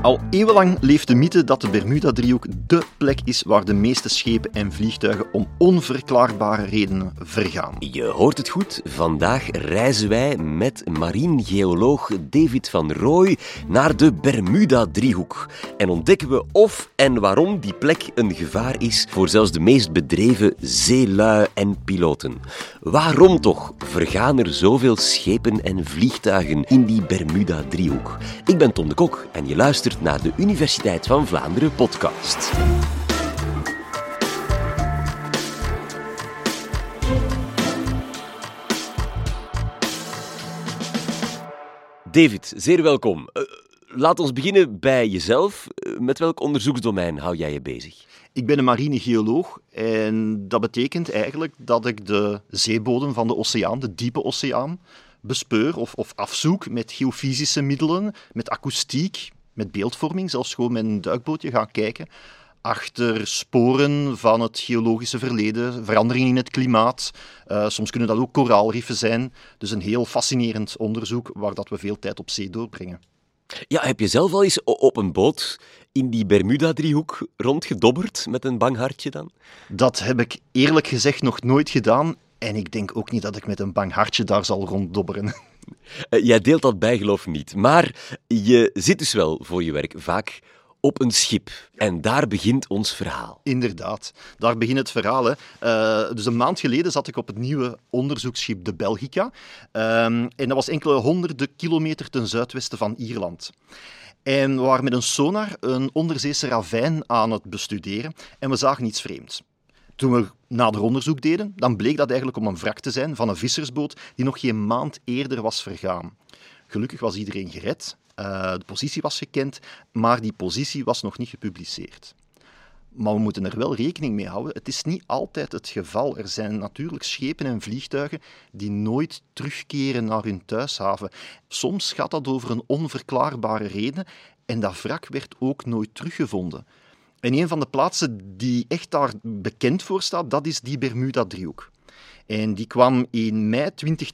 Al eeuwenlang leeft de mythe dat de Bermuda-driehoek dé plek is waar de meeste schepen en vliegtuigen om onverklaarbare redenen vergaan. Je hoort het goed. Vandaag reizen wij met marinegeoloog David van Rooij naar de Bermuda-driehoek. En ontdekken we of en waarom die plek een gevaar is voor zelfs de meest bedreven zeelui en piloten. Waarom toch vergaan er zoveel schepen en vliegtuigen in die Bermuda-driehoek? Ik ben Tom de Kok en je luistert naar de Universiteit van Vlaanderen podcast. David, zeer welkom. Laat ons beginnen bij jezelf. Met welk onderzoeksdomein hou jij je bezig? Ik ben een marinegeoloog en dat betekent eigenlijk dat ik de zeebodem van de oceaan, de diepe oceaan, bespeur of afzoek met geofysische middelen, met akoestiek, met beeldvorming, zelfs gewoon met een duikbootje gaan kijken achter sporen van het geologische verleden, veranderingen in het klimaat. Soms kunnen dat ook koraalriffen zijn. Dus een heel fascinerend onderzoek waar dat we veel tijd op zee doorbrengen. Ja, heb je zelf al eens op een boot in die Bermuda-driehoek rondgedobberd met een bang hartje dan? Dat heb ik eerlijk gezegd nog nooit gedaan. En ik denk ook niet dat ik met een bang hartje daar zal ronddobberen. Jij deelt dat bijgeloof niet, maar je zit dus wel voor je werk vaak op een schip. En daar begint ons verhaal. Inderdaad, daar begint het verhaal. Dus een maand geleden zat ik op het nieuwe onderzoeksschip de Belgica. En dat was enkele honderden kilometer ten zuidwesten van Ierland. En we waren met een sonar een onderzeese ravijn aan het bestuderen en we zagen iets vreemds. Toen we nader onderzoek deden, dan bleek dat eigenlijk om een wrak te zijn van een vissersboot die nog geen maand eerder was vergaan. Gelukkig was iedereen gered, de positie was gekend, maar die positie was nog niet gepubliceerd. Maar we moeten er wel rekening mee houden, het is niet altijd het geval. Er zijn natuurlijk schepen en vliegtuigen die nooit terugkeren naar hun thuishaven. Soms gaat dat over een onverklaarbare reden en dat wrak werd ook nooit teruggevonden. En een van de plaatsen die echt daar bekend voor staat, dat is die Bermuda-driehoek. En die kwam in mei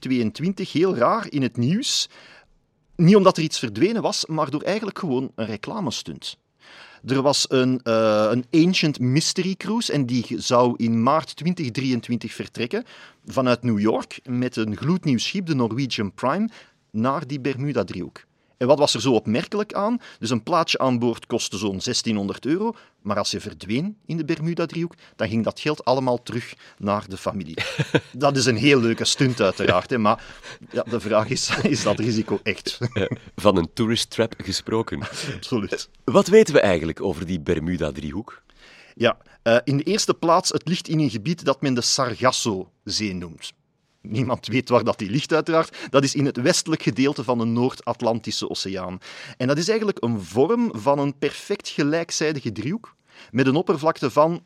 2022 heel raar in het nieuws. Niet omdat er iets verdwenen was, maar door eigenlijk gewoon een reclamestunt. Er was een Ancient Mystery Cruise en die zou in maart 2023 vertrekken vanuit New York met een gloednieuw schip, de Norwegian Prime, naar die Bermuda-driehoek. En wat was er zo opmerkelijk aan? Dus een plaatsje aan boord kostte zo'n €1600, maar als je verdween in de Bermuda-driehoek, dan ging dat geld allemaal terug naar de familie. Dat is een heel leuke stunt uiteraard, hè, maar ja, de vraag is dat risico echt? Van een tourist trap gesproken. Absoluut. Wat weten we eigenlijk over die Bermuda-driehoek? Ja, in de eerste plaats, het ligt in een gebied dat men de Sargasso-zee noemt. Niemand weet waar die ligt, uiteraard. Dat is in het westelijk gedeelte van de Noord-Atlantische Oceaan. En dat is eigenlijk een vorm van een perfect gelijkzijdige driehoek met een oppervlakte van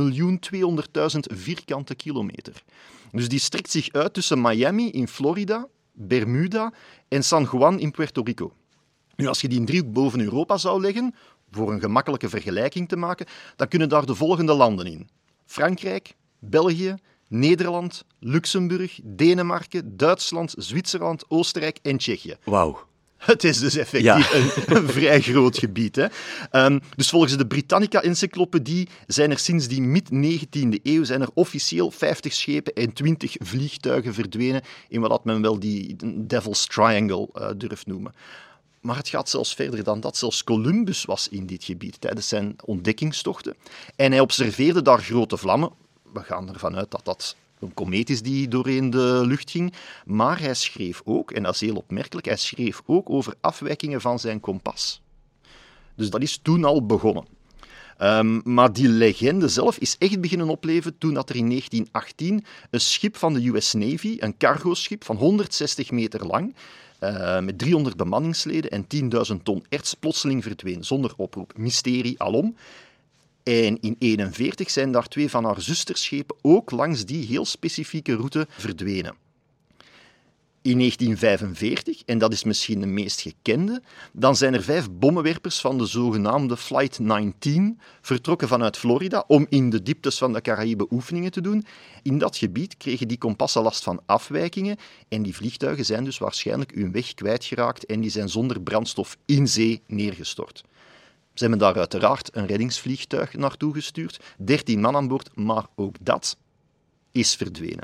1.200.000 vierkante kilometer. Dus die strekt zich uit tussen Miami in Florida, Bermuda en San Juan in Puerto Rico. Nu, als je die driehoek boven Europa zou leggen, voor een gemakkelijke vergelijking te maken, dan kunnen daar de volgende landen in: Frankrijk, België, Nederland, Luxemburg, Denemarken, Duitsland, Zwitserland, Oostenrijk en Tsjechië. Wauw. Het is dus effectief een vrij groot gebied. Hè. Dus volgens de Britannica-encyclopedie zijn er sinds die mid-19e eeuw zijn er officieel 50 schepen en 20 vliegtuigen verdwenen in wat men wel die Devil's Triangle durft noemen. Maar het gaat zelfs verder dan dat. Zelfs Columbus was in dit gebied tijdens zijn ontdekkingstochten. En hij observeerde daar grote vlammen. We gaan ervan uit dat dat een komeet is die doorheen de lucht ging. Maar hij schreef ook, en dat is heel opmerkelijk, hij schreef ook over afwijkingen van zijn kompas. Dus dat is toen al begonnen. Maar die legende zelf is echt beginnen opleven toen dat er in 1918 een schip van de US Navy, een cargoschip van 160 meter lang, met 300 bemanningsleden en 10.000 ton erts, plotseling verdween, zonder oproep. Mysterie alom. En in 1941 zijn daar 2 van haar zusterschepen ook langs die heel specifieke route verdwenen. In 1945, en dat is misschien de meest gekende, dan zijn er 5 bommenwerpers van de zogenaamde Flight 19 vertrokken vanuit Florida om in de dieptes van de Caraïben oefeningen te doen. In dat gebied kregen die kompassen last van afwijkingen en die vliegtuigen zijn dus waarschijnlijk hun weg kwijtgeraakt en die zijn zonder brandstof in zee neergestort. Ze hebben daar uiteraard een reddingsvliegtuig naartoe gestuurd, 13 man aan boord, maar ook dat is verdwenen.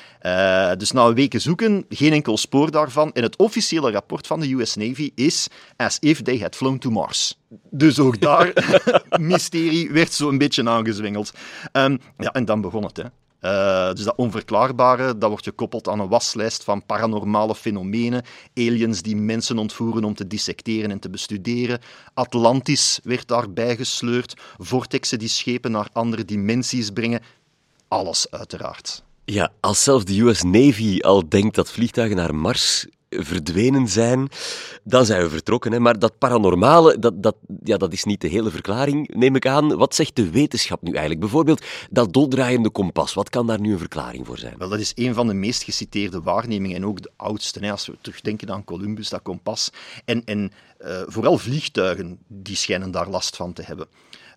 Dus na weken zoeken, geen enkel spoor daarvan. En het officiële rapport van de US Navy is as if they had flown to Mars. Dus ook daar, mysterie, werd zo een beetje aangezwengeld. Ja, en dan begon het, hè. Dus dat onverklaarbare, dat wordt gekoppeld aan een waslijst van paranormale fenomenen, aliens die mensen ontvoeren om te dissecteren en te bestuderen. Atlantis werd daarbij gesleurd, vortexen die schepen naar andere dimensies brengen. Alles uiteraard. Ja, als zelfs de US Navy al denkt dat vliegtuigen naar Mars verdwenen zijn, dan zijn we vertrokken. Hè? Maar dat paranormale, dat is niet de hele verklaring, neem ik aan. Wat zegt de wetenschap nu eigenlijk? Bijvoorbeeld dat doldraaiende kompas, wat kan daar nu een verklaring voor zijn? Wel, dat is een van de meest geciteerde waarnemingen en ook de oudste. Hè? Als we terugdenken aan Columbus, dat kompas. En vooral vliegtuigen, die schijnen daar last van te hebben.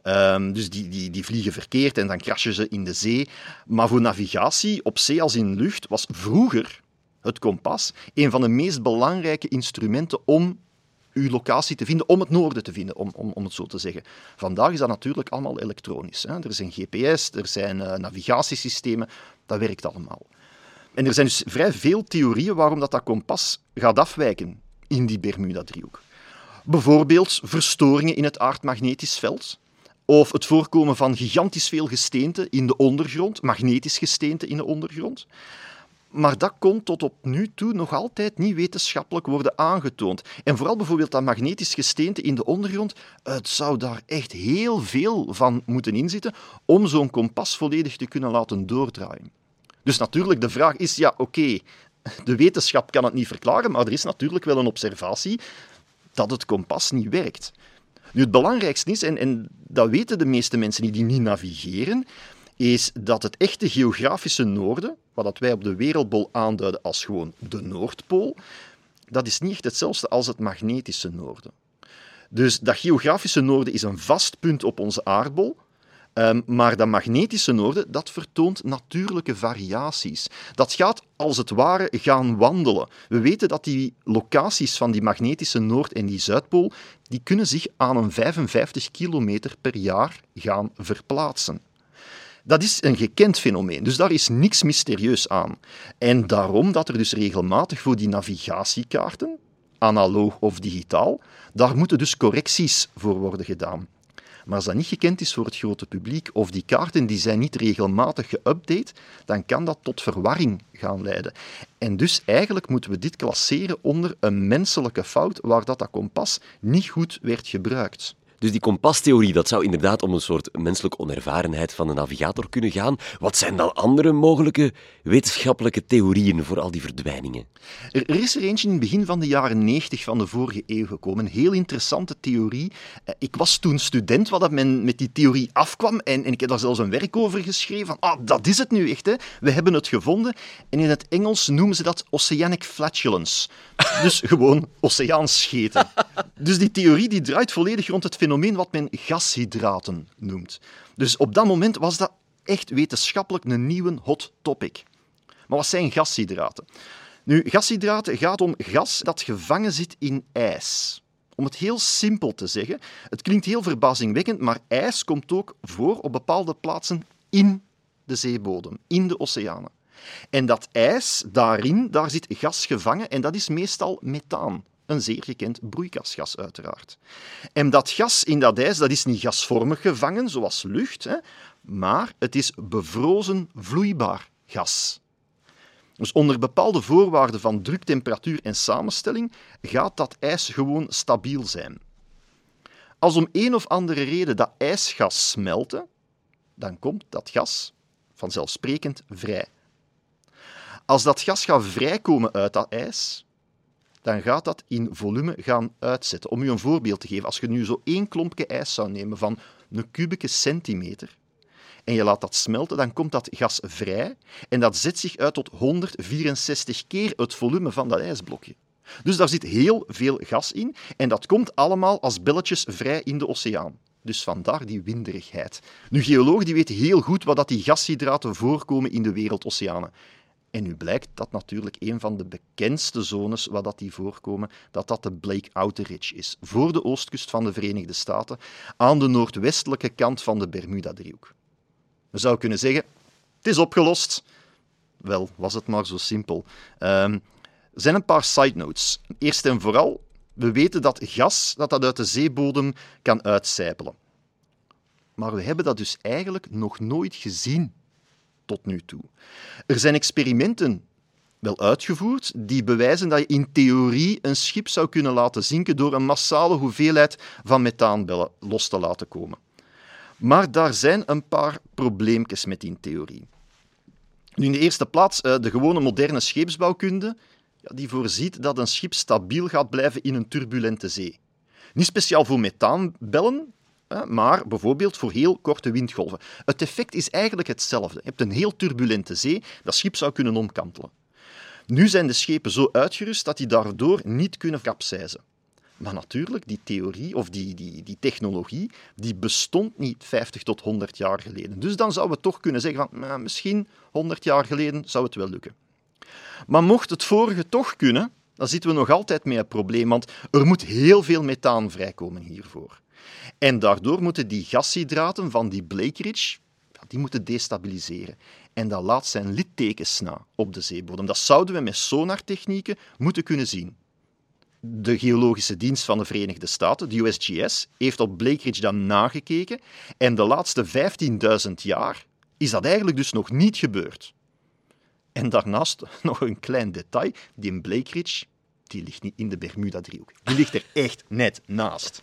Dus die vliegen verkeerd en dan crashen ze in de zee. Maar voor navigatie, op zee als in lucht, was vroeger het kompas een van de meest belangrijke instrumenten om uw locatie te vinden, om het noorden te vinden, om het zo te zeggen. Vandaag is dat natuurlijk allemaal elektronisch. Hè. Er is een GPS, er zijn navigatiesystemen, dat werkt allemaal. En er zijn dus vrij veel theorieën waarom dat kompas gaat afwijken in die Bermuda-driehoek. Bijvoorbeeld verstoringen in het aardmagnetisch veld, of het voorkomen van gigantisch veel gesteente in de ondergrond, magnetisch gesteente in de ondergrond. Maar dat kon tot op nu toe nog altijd niet wetenschappelijk worden aangetoond. En vooral bijvoorbeeld dat magnetisch gesteente in de ondergrond, het zou daar echt heel veel van moeten inzitten om zo'n kompas volledig te kunnen laten doordraaien. Dus natuurlijk, de vraag is, ja oké, de wetenschap kan het niet verklaren, maar er is natuurlijk wel een observatie dat het kompas niet werkt. Nu, het belangrijkste is, en dat weten de meeste mensen die niet navigeren, is dat het echte geografische noorden, wat wij op de wereldbol aanduiden als gewoon de Noordpool, dat is niet echt hetzelfde als het magnetische noorden. Dus dat geografische noorden is een vast punt op onze aardbol, maar dat magnetische noorden, dat vertoont natuurlijke variaties. Dat gaat als het ware gaan wandelen. We weten dat die locaties van die magnetische Noord- en die Zuidpool, die kunnen zich aan een 55 kilometer per jaar gaan verplaatsen. Dat is een gekend fenomeen, dus daar is niks mysterieus aan. En daarom dat er dus regelmatig voor die navigatiekaarten, analoog of digitaal, daar moeten dus correcties voor worden gedaan. Maar als dat niet gekend is voor het grote publiek of die kaarten die zijn niet regelmatig geüpdate, dan kan dat tot verwarring gaan leiden. En dus eigenlijk moeten we dit klasseren onder een menselijke fout waar dat kompas niet goed werd gebruikt. Dus die kompastheorie, dat zou inderdaad om een soort menselijke onervarenheid van de navigator kunnen gaan. Wat zijn dan andere mogelijke wetenschappelijke theorieën voor al die verdwijningen? Er is er eentje in het begin van de jaren 90 van de vorige eeuw gekomen. Een heel interessante theorie. Ik was toen student wat men met die theorie afkwam en ik heb daar zelfs een werk over geschreven. Van, dat is het nu echt, hè. We hebben het gevonden. En in het Engels noemen ze dat oceanic flatulence. Dus gewoon oceaanscheten. Dus die theorie die draait volledig rond het fenomeen wat men gashydraten noemt. Dus op dat moment was dat echt wetenschappelijk een nieuwe hot topic. Maar wat zijn gashydraten? Nu, gashydraten gaat om gas dat gevangen zit in ijs. Om het heel simpel te zeggen, het klinkt heel verbazingwekkend, maar ijs komt ook voor op bepaalde plaatsen in de zeebodem, in de oceanen. En dat ijs, daar zit gas gevangen en dat is meestal methaan. Een zeer gekend broeikasgas, uiteraard. En dat gas in dat ijs, dat is niet gasvormig gevangen, zoals lucht, hè, maar het is bevrozen vloeibaar gas. Dus onder bepaalde voorwaarden van druk, temperatuur en samenstelling gaat dat ijs gewoon stabiel zijn. Als om een of andere reden dat ijs gaat smelten, dan komt dat gas vanzelfsprekend vrij. Als dat gas gaat vrijkomen uit dat ijs, dan gaat dat in volume gaan uitzetten. Om u een voorbeeld te geven, als je nu zo één klompje ijs zou nemen van een kubieke centimeter en je laat dat smelten, dan komt dat gas vrij en dat zet zich uit tot 164 keer het volume van dat ijsblokje. Dus daar zit heel veel gas in en dat komt allemaal als belletjes vrij in de oceaan. Dus vandaar die winderigheid. Nu, geologen die weten heel goed wat dat die gashydraten voorkomen in de wereldoceanen. En nu blijkt dat natuurlijk een van de bekendste zones waar dat die voorkomen, dat de Blake Outer Ridge is, voor de oostkust van de Verenigde Staten, aan de noordwestelijke kant van de Bermuda-driehoek. We zouden kunnen zeggen, het is opgelost. Wel, was het maar zo simpel. Er zijn een paar side notes. Eerst en vooral, we weten dat gas dat uit de zeebodem kan uitsijpelen. Maar we hebben dat dus eigenlijk nog nooit gezien tot nu toe. Er zijn experimenten wel uitgevoerd die bewijzen dat je in theorie een schip zou kunnen laten zinken door een massale hoeveelheid van methaanbellen los te laten komen. Maar daar zijn een paar probleempjes met die theorie. Nu, in de eerste plaats, de gewone moderne scheepsbouwkunde die voorziet dat een schip stabiel gaat blijven in een turbulente zee. Niet speciaal voor methaanbellen, maar bijvoorbeeld voor heel korte windgolven. Het effect is eigenlijk hetzelfde. Je hebt een heel turbulente zee, dat schip zou kunnen omkantelen. Nu zijn de schepen zo uitgerust dat die daardoor niet kunnen kapseizen. Maar natuurlijk, die theorie of die technologie, die bestond niet 50 tot 100 jaar geleden. Dus dan zouden we toch kunnen zeggen van, misschien 100 jaar geleden zou het wel lukken. Maar mocht het vorige toch kunnen, dan zitten we nog altijd met een probleem, want er moet heel veel methaan vrijkomen hiervoor. En daardoor moeten die gashydraten van die Blake Ridge, die moeten destabiliseren. En dat laat zijn littekens na op de zeebodem. Dat zouden we met sonartechnieken moeten kunnen zien. De Geologische Dienst van de Verenigde Staten, de USGS, heeft op Blake Ridge dan nagekeken. En de laatste 15.000 jaar is dat eigenlijk dus nog niet gebeurd. En daarnaast nog een klein detail. Die Blake Ridge, die ligt niet in de Bermuda-driehoek. Die ligt er echt net naast.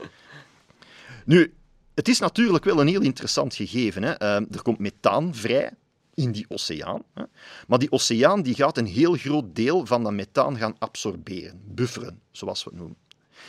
Nu, het is natuurlijk wel een heel interessant gegeven. Hè. Er komt methaan vrij in die oceaan. Hè. Maar die oceaan die gaat een heel groot deel van dat methaan gaan absorberen, bufferen, zoals we het noemen.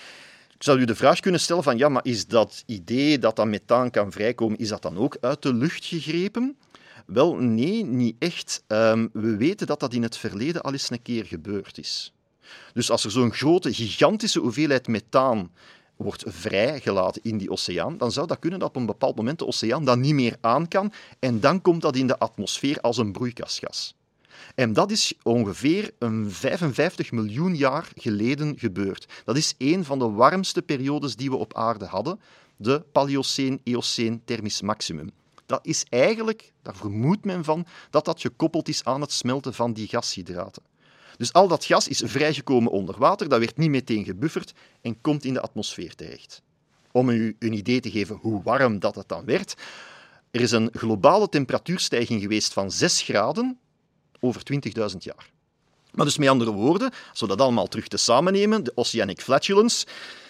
Ik zou u de vraag kunnen stellen van, ja, maar is dat idee dat dat methaan kan vrijkomen, is dat dan ook uit de lucht gegrepen? Wel, nee, niet echt. We weten dat dat in het verleden al eens een keer gebeurd is. Dus als er zo'n grote, gigantische hoeveelheid methaan wordt vrijgelaten in die oceaan, dan zou dat kunnen dat op een bepaald moment de oceaan dat niet meer aan kan en dan komt dat in de atmosfeer als een broeikasgas. En dat is ongeveer een 55 miljoen jaar geleden gebeurd. Dat is een van de warmste periodes die we op aarde hadden, de Paleoceen-Eoceen thermisch maximum. Dat is eigenlijk, daar vermoedt men van, dat dat gekoppeld is aan het smelten van die gashydraten. Dus al dat gas is vrijgekomen onder water, dat werd niet meteen gebufferd en komt in de atmosfeer terecht. Om u een idee te geven hoe warm dat het dan werd, er is een globale temperatuurstijging geweest van 6 graden over 20.000 jaar. Maar dus met andere woorden, als we dat allemaal terug te samennemen, de oceanic flatulence,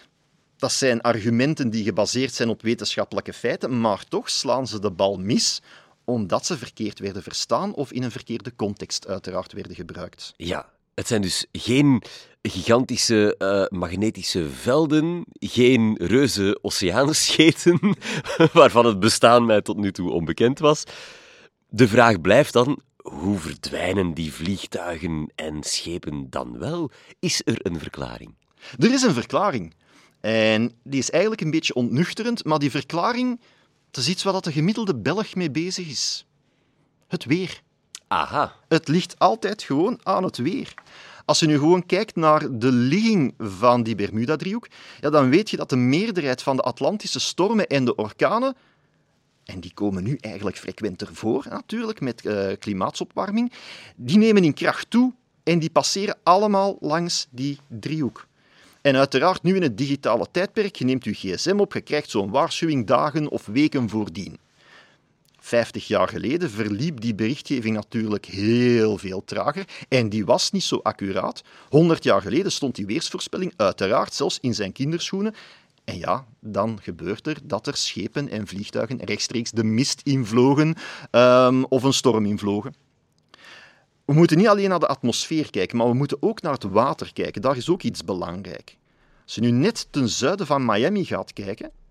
dat zijn argumenten die gebaseerd zijn op wetenschappelijke feiten, maar toch slaan ze de bal mis, omdat ze verkeerd werden verstaan of in een verkeerde context uiteraard werden gebruikt. Ja, het zijn dus geen gigantische magnetische velden, geen reuze oceaanscheten, waarvan het bestaan mij tot nu toe onbekend was. De vraag blijft dan, hoe verdwijnen die vliegtuigen en schepen dan wel? Is er een verklaring? Er is een verklaring. En die is eigenlijk een beetje ontnuchterend, maar die verklaring, dat is iets waar de gemiddelde Belg mee bezig is. Het weer. Aha. Het ligt altijd gewoon aan het weer. Als je nu gewoon kijkt naar de ligging van die Bermuda-driehoek, ja, dan weet je dat de meerderheid van de Atlantische stormen en de orkanen, en die komen nu eigenlijk frequenter voor, natuurlijk, met klimaatsopwarming, die nemen in kracht toe en die passeren allemaal langs die driehoek. En uiteraard, nu in het digitale tijdperk, je neemt je gsm op, je krijgt zo'n waarschuwing dagen of weken voordien. 50 jaar geleden verliep die berichtgeving natuurlijk heel veel trager en die was niet zo accuraat. 100 jaar geleden stond die weersvoorspelling uiteraard zelfs in zijn kinderschoenen. En ja, dan gebeurt er dat er schepen en vliegtuigen rechtstreeks de mist invlogen of een storm invlogen. We moeten niet alleen naar de atmosfeer kijken, maar we moeten ook naar het water kijken. Daar is ook iets belangrijk. Als je nu net ten zuiden van Miami gaat kijken,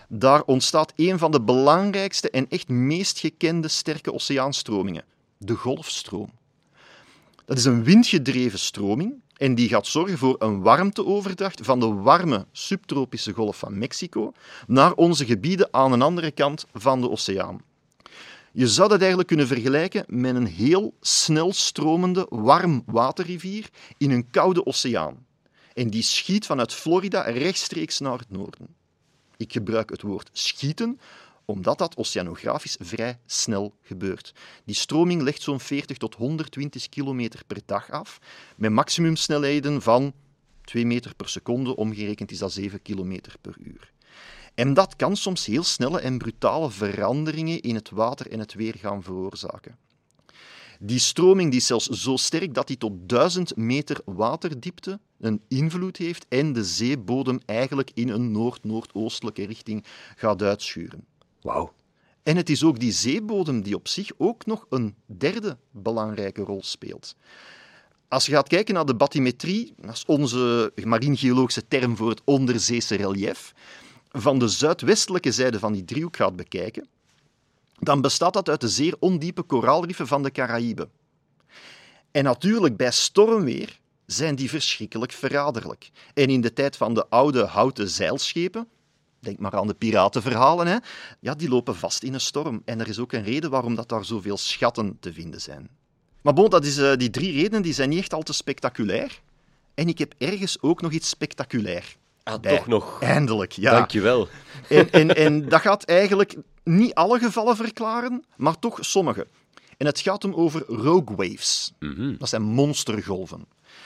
Daar ontstaat een van de belangrijkste en echt meest gekende sterke oceaanstromingen, de Golfstroom. Dat is een windgedreven stroming en die gaat zorgen voor een warmteoverdracht van de warme subtropische golf van Mexico naar onze gebieden aan een andere kant van de oceaan. Je zou dat eigenlijk kunnen vergelijken met een heel snel stromende warmwaterrivier in een koude oceaan. En die schiet vanuit Florida rechtstreeks naar het noorden. Ik gebruik het woord schieten, omdat dat oceanografisch vrij snel gebeurt. Die stroming legt zo'n 40 tot 120 kilometer per dag af, met maximumsnelheden van 2 meter per seconde, omgerekend is dat 7 kilometer per uur. En dat kan soms heel snelle en brutale veranderingen in het water en het weer gaan veroorzaken. Die stroming die is zelfs zo sterk dat die tot 1000 meter waterdiepte een invloed heeft en de zeebodem eigenlijk in een noord-noordoostelijke richting gaat uitschuren. Wauw. En het is ook die zeebodem die op zich ook nog een derde belangrijke rol speelt. Als je gaat kijken naar de bathymetrie, dat is onze marinegeologische term voor het onderzeese relief, van de zuidwestelijke zijde van die driehoek gaat bekijken, dan bestaat dat uit de zeer ondiepe koraalriffen van de Caraïben. En natuurlijk, bij stormweer zijn die verschrikkelijk verraderlijk. En in de tijd van de oude houten zeilschepen, denk maar aan de piratenverhalen, hè, ja, die lopen vast in een storm. En er is ook een reden waarom dat daar zoveel schatten te vinden zijn. Maar bon, die 3 redenen die zijn niet echt al te spectaculair. En ik heb ergens ook nog iets spectaculair. Toch nog. Eindelijk, ja. Dankjewel. En dat gaat eigenlijk niet alle gevallen verklaren, maar toch sommige. En het gaat over rogue waves. Dat zijn monstergolven.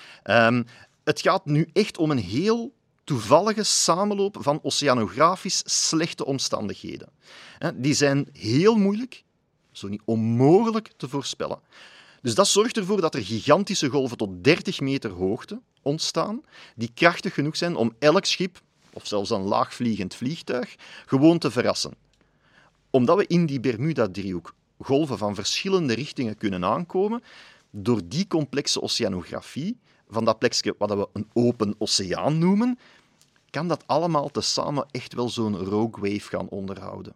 Het gaat nu echt om een heel toevallige samenloop van oceanografisch slechte omstandigheden. Die zijn heel moeilijk, zo niet onmogelijk te voorspellen. Dus dat zorgt ervoor dat er gigantische golven tot 30 meter hoogte ontstaan, die krachtig genoeg zijn om elk schip, of zelfs een laagvliegend vliegtuig, gewoon te verrassen. Omdat we in die Bermuda-driehoek golven van verschillende richtingen kunnen aankomen, door die complexe oceanografie, van dat plekje wat we een open oceaan noemen, kan dat allemaal tezamen echt wel zo'n rogue wave gaan onderhouden.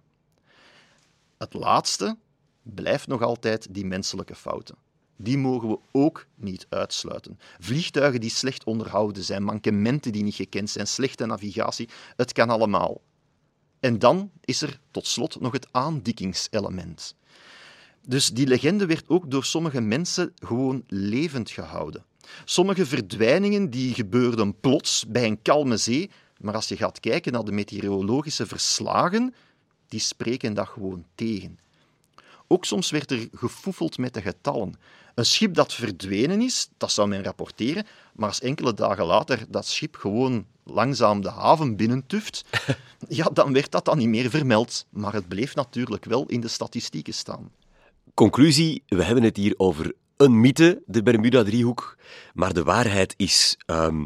Het laatste blijft nog altijd die menselijke fouten. Die mogen we ook niet uitsluiten. Vliegtuigen die slecht onderhouden zijn, mankementen die niet gekend zijn, slechte navigatie, het kan allemaal. En dan is er tot slot nog het aandikingselement. Dus die legende werd ook door sommige mensen gewoon levend gehouden. Sommige verdwijningen die gebeurden plots bij een kalme zee, maar als je gaat kijken naar de meteorologische verslagen, die spreken dat gewoon tegen. Ook soms werd er gefoefeld met de getallen. Een schip dat verdwenen is, dat zou men rapporteren, maar als enkele dagen later dat schip gewoon langzaam de haven binnentuft, ja, dan werd dat dan niet meer vermeld. Maar het bleef natuurlijk wel in de statistieken staan. Conclusie, we hebben het hier over een mythe, de Bermuda-driehoek, maar de waarheid is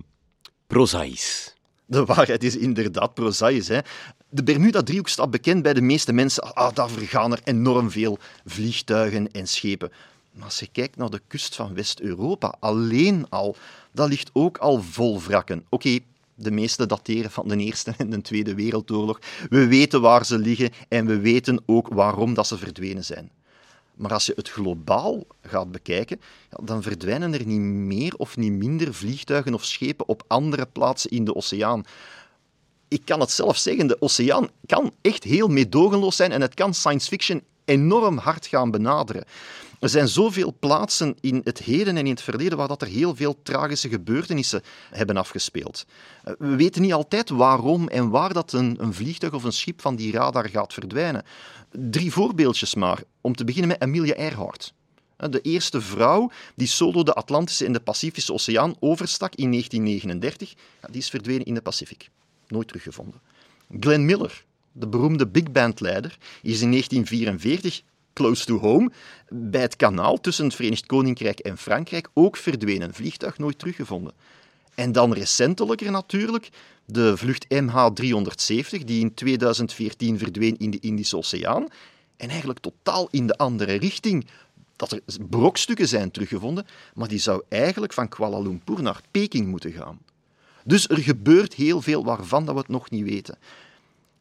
prozaïs. De waarheid is inderdaad prozaïs, hè. De Bermuda-driehoek staat bekend bij de meeste mensen. Daar vergaan er enorm veel vliegtuigen en schepen. Maar als je kijkt naar de kust van West-Europa, alleen al, dat ligt ook al vol wrakken. Oké, de meeste dateren van de Eerste en de Tweede Wereldoorlog. We weten waar ze liggen en we weten ook waarom dat ze verdwenen zijn. Maar als je het globaal gaat bekijken, ja, dan verdwijnen er niet meer of niet minder vliegtuigen of schepen op andere plaatsen in de oceaan. Ik kan het zelf zeggen, de oceaan kan echt heel meedogenloos zijn en het kan science fiction enorm hard gaan benaderen. Er zijn zoveel plaatsen in het heden en in het verleden waar dat er heel veel tragische gebeurtenissen hebben afgespeeld. We weten niet altijd waarom en waar dat een vliegtuig of een schip van die radar gaat verdwijnen. 3 voorbeeldjes maar. Om te beginnen met Amelia Earhart. De eerste vrouw die solo de Atlantische en de Pacifische Oceaan overstak in 1939, die is verdwenen in de Pacific. Nooit teruggevonden. Glenn Miller, de beroemde big band-leider, is in 1944 close to home, bij het kanaal tussen het Verenigd Koninkrijk en Frankrijk ook verdwenen. Vliegtuig nooit teruggevonden. En dan recentelijker natuurlijk de vlucht MH370, die in 2014 verdween in de Indische Oceaan. En eigenlijk totaal in de andere richting. Dat er brokstukken zijn teruggevonden, maar die zou eigenlijk van Kuala Lumpur naar Peking moeten gaan. Dus er gebeurt heel veel waarvan dat we het nog niet weten.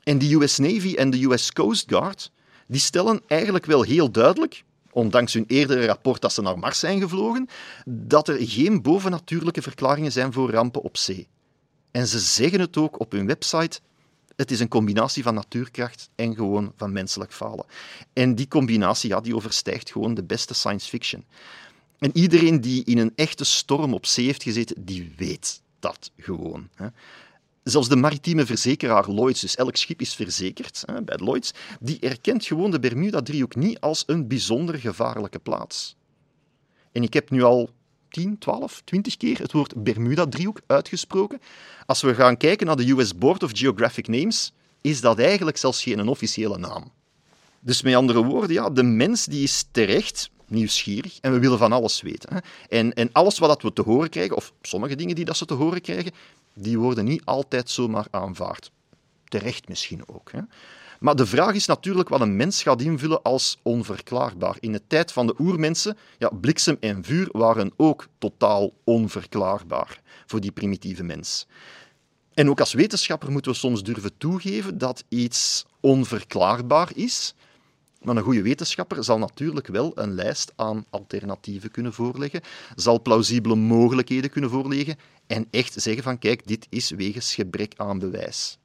En de US Navy en de US Coast Guard, die stellen eigenlijk wel heel duidelijk, ondanks hun eerdere rapport dat ze naar Mars zijn gevlogen, dat er geen bovennatuurlijke verklaringen zijn voor rampen op zee. En ze zeggen het ook op hun website, het is een combinatie van natuurkracht en gewoon van menselijk falen. En die combinatie, die overstijgt gewoon de beste science fiction. En iedereen die in een echte storm op zee heeft gezeten, die weet dat gewoon. Zelfs de maritieme verzekeraar Lloyd's, dus elk schip is verzekerd bij Lloyd's, die erkent gewoon de Bermuda-driehoek niet als een bijzonder gevaarlijke plaats. En ik heb nu al 10, 12, 20 keer het woord Bermuda-driehoek uitgesproken. Als we gaan kijken naar de US Board of Geographic Names, is dat eigenlijk zelfs geen officiële naam. Dus met andere woorden, de mens die is terecht nieuwsgierig en we willen van alles weten. En alles wat we te horen krijgen, of sommige dingen die dat ze te horen krijgen, die worden niet altijd zomaar aanvaard. Terecht misschien ook. Maar de vraag is natuurlijk wat een mens gaat invullen als onverklaarbaar. In de tijd van de oermensen, bliksem en vuur waren ook totaal onverklaarbaar voor die primitieve mens. En ook als wetenschapper moeten we soms durven toegeven dat iets onverklaarbaar is. Maar een goede wetenschapper zal natuurlijk wel een lijst aan alternatieven kunnen voorleggen, zal plausibele mogelijkheden kunnen voorleggen en echt zeggen van kijk, dit is wegens gebrek aan bewijs.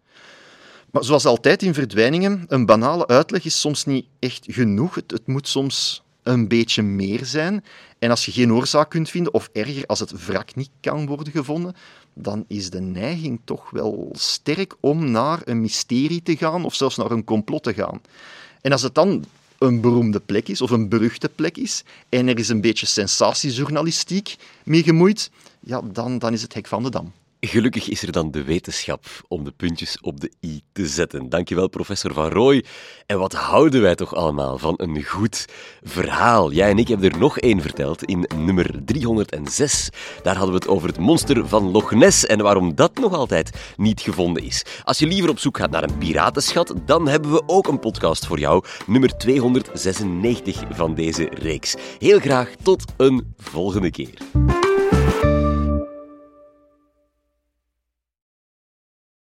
Maar zoals altijd in verdwijningen, een banale uitleg is soms niet echt genoeg. Het moet soms een beetje meer zijn. En als je geen oorzaak kunt vinden, of erger, als het wrak niet kan worden gevonden, dan is de neiging toch wel sterk om naar een mysterie te gaan, of zelfs naar een complot te gaan. En als het dan een beroemde plek is, of een beruchte plek is, en er is een beetje sensatiejournalistiek mee gemoeid, dan is het hek van de dam. Gelukkig is er dan de wetenschap om de puntjes op de i te zetten. Dankjewel, professor Van Rooij. En wat houden wij toch allemaal van een goed verhaal? Jij en ik hebben er nog één verteld in nummer 306. Daar hadden we het over het monster van Loch Ness en waarom dat nog altijd niet gevonden is. Als je liever op zoek gaat naar een piratenschat, dan hebben we ook een podcast voor jou. Nummer 296 van deze reeks. Heel graag tot een volgende keer.